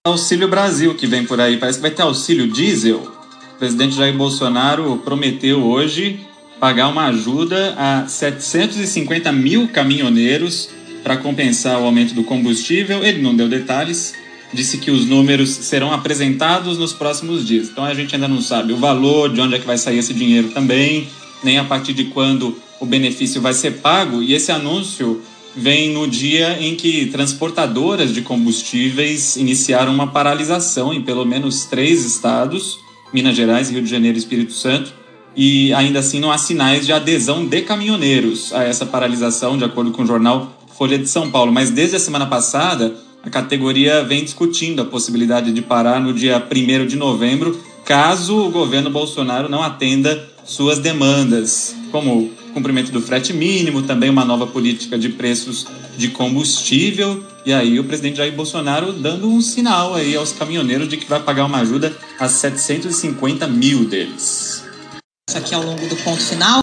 Auxílio Brasil que vem por aí. Parece que vai ter auxílio diesel. O presidente Jair Bolsonaro prometeu hoje pagar uma ajuda a 750 mil caminhoneiros para compensar o aumento do combustível. Ele não deu detalhes, disse que os números serão apresentados nos próximos dias. Então a gente ainda não sabe o valor, de onde é que vai sair esse dinheiro também, nem a partir de quando o benefício vai ser pago. E esse anúncio vem no dia em que transportadoras de combustíveis iniciaram uma paralisação em pelo menos 3 estados, Minas Gerais, Rio de Janeiro e Espírito Santo, e ainda assim não há sinais de adesão de caminhoneiros a essa paralisação, de acordo com o jornal Folha de São Paulo. Mas desde a semana passada, a categoria vem discutindo a possibilidade de parar no dia 1º de novembro, caso o governo Bolsonaro não atenda suas demandas, como cumprimento do frete mínimo, também uma nova política de preços de combustível. E aí o presidente Jair Bolsonaro dando um sinal aí aos caminhoneiros de que vai pagar uma ajuda a 750 mil deles. Aqui ao longo do ponto final.